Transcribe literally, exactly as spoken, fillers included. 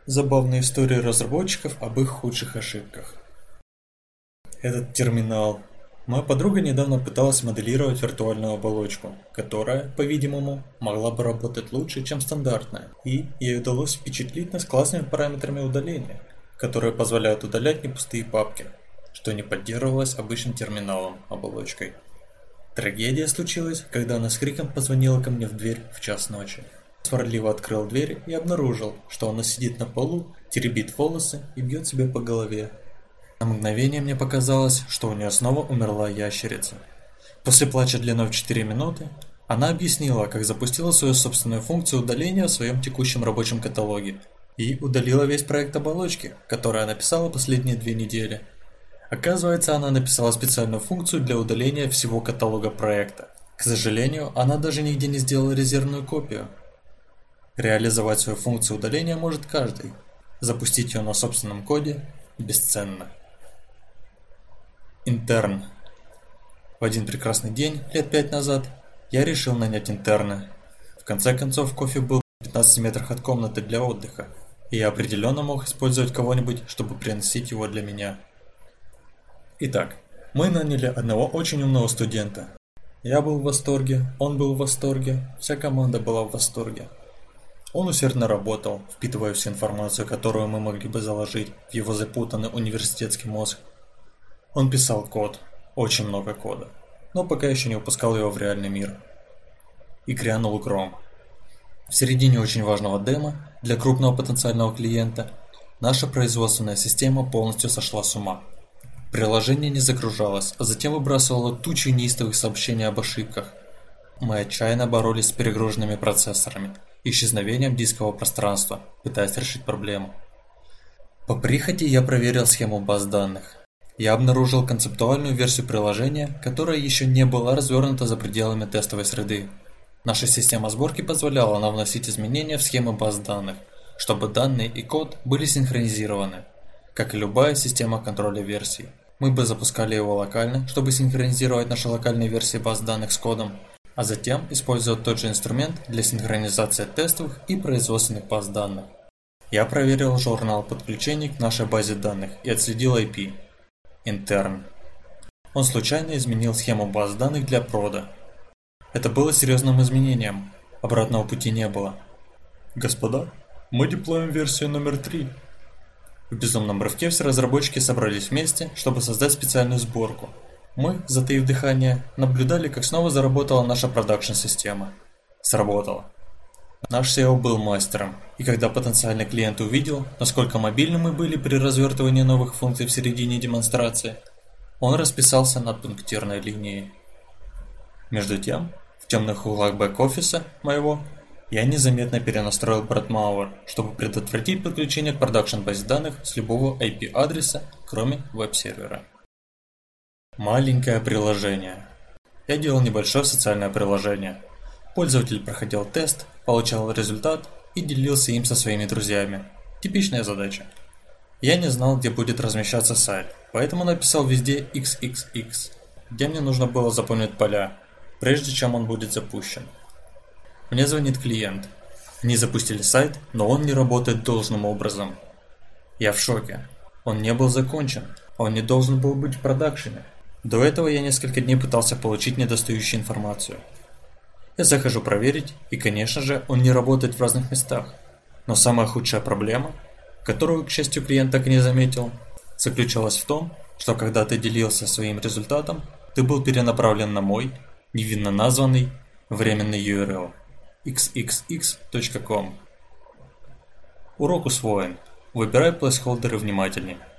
Забавные истории разработчиков об их худших ошибках. Этот терминал. Моя подруга недавно пыталась моделировать виртуальную оболочку, которая, по-видимому, могла бы работать лучше, чем стандартная, и ей удалось впечатлить нас классными параметрами удаления, которые позволяют удалять непустые папки, что не поддерживалось обычным терминалом оболочкой. Трагедия случилась, когда она с криком позвонила ко мне в дверь в час ночи. Сварливо открыл дверь и обнаружил, что она сидит на полу, теребит волосы и бьет себя по голове. На мгновение мне показалось, что у нее снова умерла ящерица. После плача длиной в четыре минуты, она объяснила, как запустила свою собственную функцию удаления в своем текущем рабочем каталоге и удалила весь проект оболочки, который она писала последние две недели. Оказывается, она написала специальную функцию для удаления всего каталога проекта. К сожалению, она даже нигде не сделала резервную копию. Реализовать свою функцию удаления может каждый. Запустить ее на собственном коде бесценно. Интерн. В один прекрасный день, лет пять назад, я решил нанять интерна. В конце концов, кофе был в пятнадцати метрах от комнаты для отдыха, и я определенно мог использовать кого-нибудь, чтобы приносить его для меня. Итак, мы наняли одного очень умного студента. Я был в восторге, он был в восторге, вся команда была в восторге. Он усердно работал, впитывая всю информацию, которую мы могли бы заложить в его запутанный университетский мозг. Он писал код, очень много кода, но пока еще не выпускал его в реальный мир. И грянул гром. В середине очень важного демо для крупного потенциального клиента наша производственная система полностью сошла с ума. Приложение не загружалось, а затем выбрасывало тучу неистовых сообщений об ошибках. Мы отчаянно боролись с перегруженными процессорами, исчезновением дискового пространства, пытаясь решить проблему. По прихоти я проверил схему баз данных. Я обнаружил концептуальную версию приложения, которая еще не была развернута за пределами тестовой среды. Наша система сборки позволяла нам вносить изменения в схемы баз данных, чтобы данные и код были синхронизированы, как и любая система контроля версий. Мы бы запускали его локально, чтобы синхронизировать наши локальные версии баз данных с кодом, а затем использовать тот же инструмент для синхронизации тестовых и производственных баз данных. Я проверил журнал подключений к нашей базе данных и отследил ай пи. Интерн. Он случайно изменил схему баз данных для прода. Это было серьезным изменением. Обратного пути не было. Господа, мы деплоим версию номер три. В безумном рывке все разработчики собрались вместе, чтобы создать специальную сборку. Мы, затаив дыхание, наблюдали, как снова заработала наша продакшн-система. Сработало. Наш си и о был мастером, и когда потенциальный клиент увидел, насколько мобильны мы были при развертывании новых функций в середине демонстрации, он расписался над пунктирной линией. Между тем, в темных углах бэк-офиса моего, я незаметно перенастроил Брэдмауэр, чтобы предотвратить подключение к продакшн-базе данных с любого ай пи-адреса, кроме веб-сервера. Маленькое приложение. Я делал небольшое социальное приложение. Пользователь проходил тест, получал результат и делился им со своими друзьями. Типичная задача. Я не знал, где будет размещаться сайт, поэтому написал везде икс икс икс, где мне нужно было заполнить поля, прежде чем он будет запущен. Мне звонит клиент. Они запустили сайт, но он не работает должным образом. Я в шоке. Он не был закончен, он не должен был быть в продакшене. До этого я несколько дней пытался получить недостающую информацию. Я захожу проверить, и, конечно же, он не работает в разных местах. Но самая худшая проблема, которую, к счастью, клиент так и не заметил, заключалась в том, что когда ты делился своим результатом, ты был перенаправлен на мой, невинно названный, временный ю ар эл икс икс икс точка ком. Урок усвоен. Выбирай плейсхолдеры внимательнее.